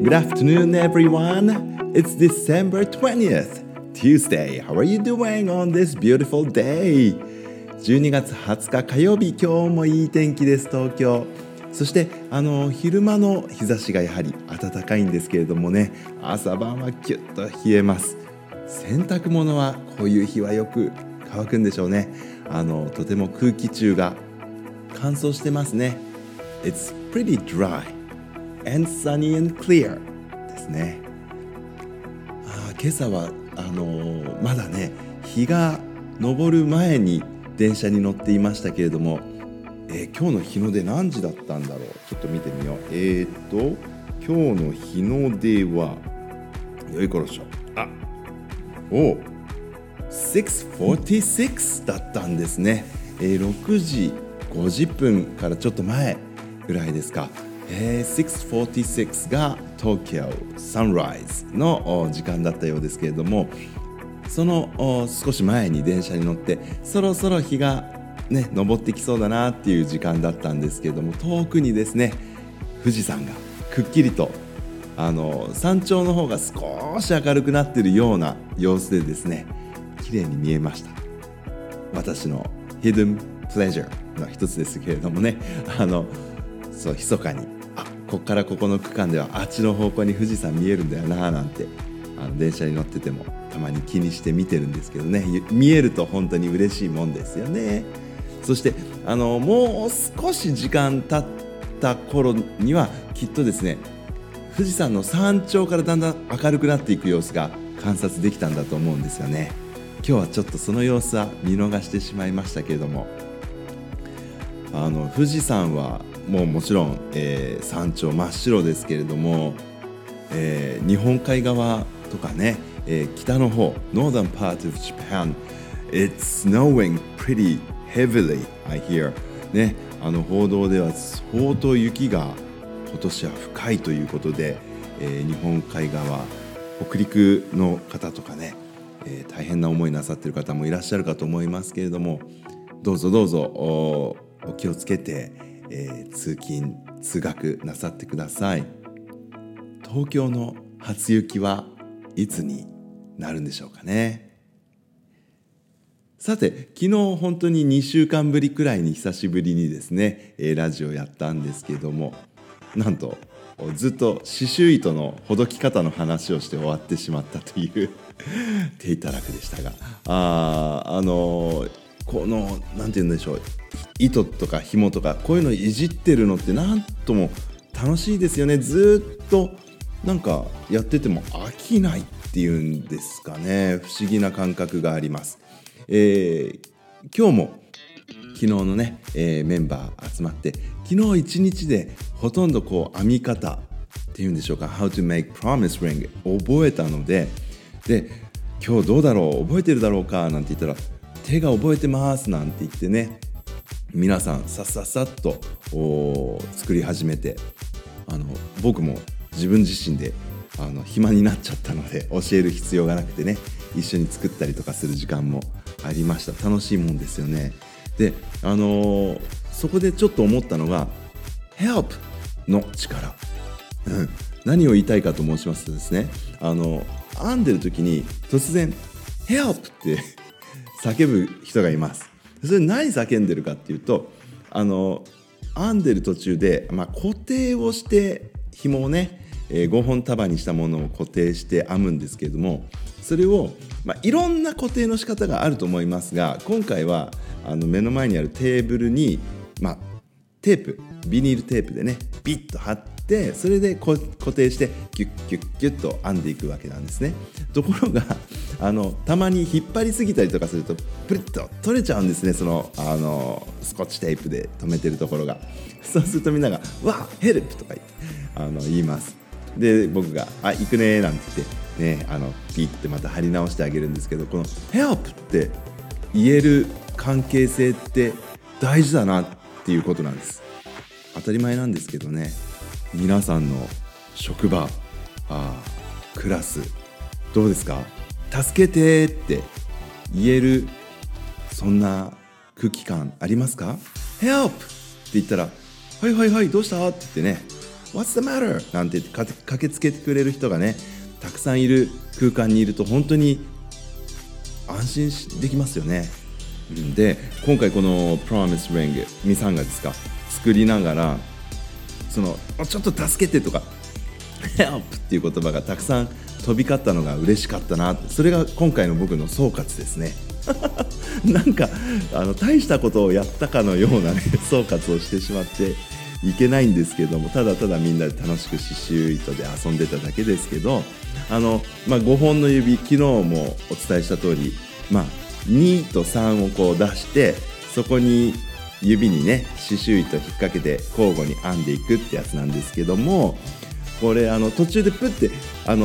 Good afternoon, everyone. It's December 20th, Tuesday. How are you doing on this beautiful day? 12月20日火曜日、今日もいい天気です、東京。そして昼間の日差しがやはり暖かいんですけれどもね、朝晩はキュッと冷えます。洗濯物はこういう日はよく乾くんでしょうね。とても空気中が乾燥してますね。It's pretty dry and sunny and clear ですね。今朝はまだね、日が昇る前に電車に乗っていましたけれども、今日の日の出何時だったんだろう。ちょっと見てみよう。今日の日の出はよいころしょ。6:46 だったんですね。6時50分からちょっと前ぐらいですか。6:46 が東京サンライズの時間だったようですけれども、その少し前に電車に乗って、そろそろ日がね昇ってきそうだなっていう時間だったんですけれども、遠くにですね富士山がくっきりと山頂の方が少し明るくなっているような様子でですね、綺麗に見えました。私の Hidden Pleasure の一つですけれどもね、そう密かにこっからここの区間ではあっちの方向に富士山見えるんだよななんて電車に乗っててもたまに気にして見てるんですけどね、見えると本当に嬉しいもんですよね。そしてもう少し時間経った頃にはきっとですね、富士山の山頂からだんだん明るくなっていく様子が観察できたんだと思うんですよね。今日はちょっとその様子は見逃してしまいましたけれども、富士山はもちろん、山頂真っ白ですけれども、日本海側とかね、北の方 Northern part of Japan It's snowing pretty heavily I hear ね、報道では相当雪が今年は深いということで、日本海側北陸の方とかね、大変な思いなさっている方もいらっしゃるかと思いますけれども、どうぞお気をつけて、通勤通学なさってください。東京の初雪はいつになるんでしょうかね。さて、昨日本当に2週間ぶりくらいに久しぶりにですね、ラジオやったんですけども、なんとずっと刺繍糸のほどき方の話をして終わってしまったという手いたらくでしたが、このなんて言うんでしょう、糸とか紐とかこういうのいじってるのってなんとも楽しいですよね。ずっとなんかやってても飽きないっていうんですかね、不思議な感覚があります。今日も昨日のね、メンバー集まって昨日一日でほとんどこう編み方っていうんでしょうか、 How to make promise ring 覚えたので、今日どうだろう、覚えてるだろうかなんて言ったら、手が覚えてますなんて言ってね、皆さんさっと作り始めて、僕も自分自身で暇になっちゃったので教える必要がなくてね、一緒に作ったりとかする時間もありました。楽しいもんですよね。で、そこでちょっと思ったのが Help の力、何を言いたいかと申しますとですね、編んでる時に突然 Help って叫ぶ人がいます。それ何叫んでるかっていうと、編んでる途中で、固定をして紐をね、5本束にしたものを固定して編むんですけれども、それを、いろんな固定の仕方があると思いますが、今回は目の前にあるテーブルに、テープ、ビニールテープでねビッと貼って、それで固定してギュッと編んでいくわけなんですね。ところがたまに引っ張りすぎたりとかするとプリッと取れちゃうんですね、そのスコッチテープで留めてるところが。そうするとみんながわヘルプとか言います。で、僕が行くねなんて言ってね、ピッてまた貼り直してあげるんですけど、この Help って言える関係性って大事だなっていうことなんです。当たり前なんですけどね、皆さんの職場、クラスどうですか？助けてって言える、そんな空気感ありますか？ Help って言ったら、はいどうしたって言ってね、 What's the matter? なんて言って駆けつけてくれる人がねたくさんいる空間にいると本当に安心できますよね。で今回この Promise Ring ミサンガですか作りながらちょっと助けてとか Help っていう言葉がたくさん飛び交ったのが嬉しかったな。それが今回の僕の総括ですねなんか大したことをやったかのようなね総括をしてしまっていけないんですけども、ただただみんなで楽しく刺繍糸で遊んでただけですけど、5本の指昨日もお伝えした通り、2と3をこう出してそこに指にね刺繍糸引っ掛けて交互に編んでいくってやつなんですけども、これ途中でプッて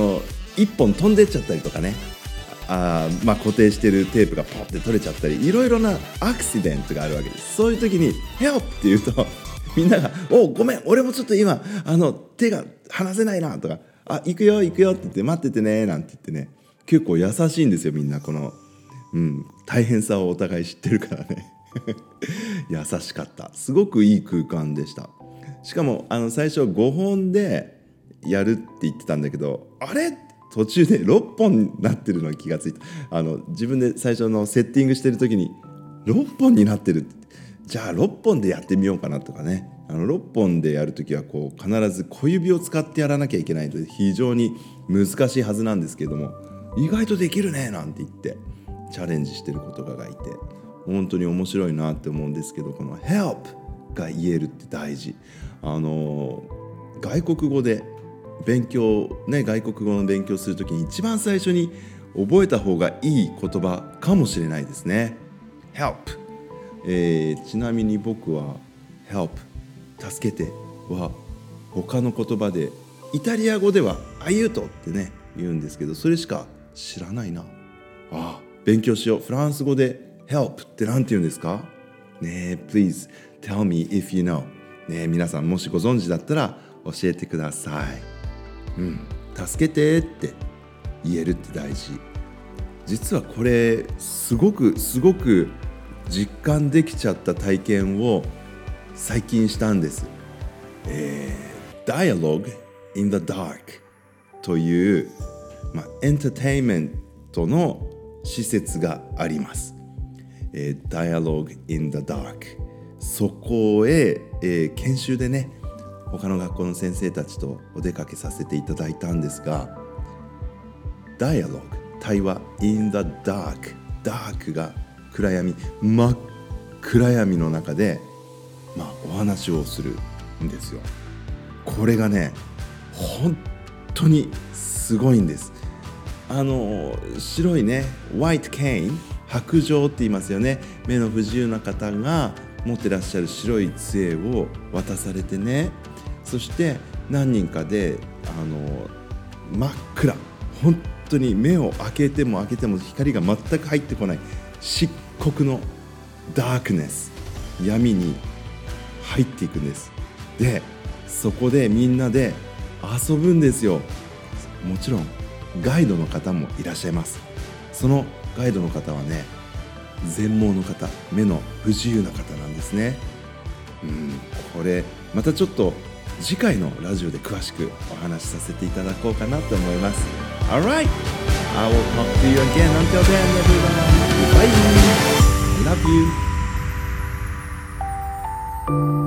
1本飛んでっちゃったりとかね、固定してるテープがポッて取れちゃったりいろいろなアクシデントがあるわけです。そういう時に Help って言うとみんながごめん俺もちょっと今手が離せないなとか行くよって言って待っててねなんて言ってね、結構優しいんですよみんな。大変さをお互い知ってるからね優しかった。すごくいい空間でした。しかも最初5本でやるって言ってたんだけど、あれ途中で6本になってるのに気がついた。自分で最初のセッティングしてる時に6本になってるって、じゃあ6本でやってみようかなとかね。6本でやるときは必ず小指を使ってやらなきゃいけないので非常に難しいはずなんですけども、意外とできるねなんて言ってチャレンジしてる子とかがいて本当に面白いなって思うんですけど、この Help が言えるって大事。外国語で外国語の勉強するときに一番最初に覚えた方がいい言葉かもしれないですね。 Help、ちなみに僕は Help 助けては他の言葉でイタリア語ではアイユートってね言うんですけど、それしか知らないな。勉強しよう。フランス語で Help ってなんて言うんですかね。 Please tell me if you know。 皆さんもしご存知だったら教えてください。助けてって言えるって大事。実はこれすごく実感できちゃった体験を最近したんです。Dialogue in the Dark という、エンターテインメントの施設があります。Dialogue in the Dark、 そこへ、研修でね他の学校の先生たちとお出かけさせていただいたんですが、 Dialogue 対話 in the dark、 dark が暗闇、真っ暗闇の中で、お話をするんですよ。これがね本当にすごいんです。白いね White cane、 白杖って言いますよね。目の不自由な方が持ってらっしゃる白い杖を渡されてね、そして何人かで真っ暗、本当に目を開けても光が全く入ってこない漆黒のダークネス、闇に入っていくんです。でそこでみんなで遊ぶんですよ。もちろんガイドの方もいらっしゃいます。そのガイドの方はね全盲の方、目の不自由な方なんですね。これまたちょっと次回のラジオで詳しくお話しさせていただこうかなと思います。 Alright, I will talk to you again. Until then everyone, bye. I love you.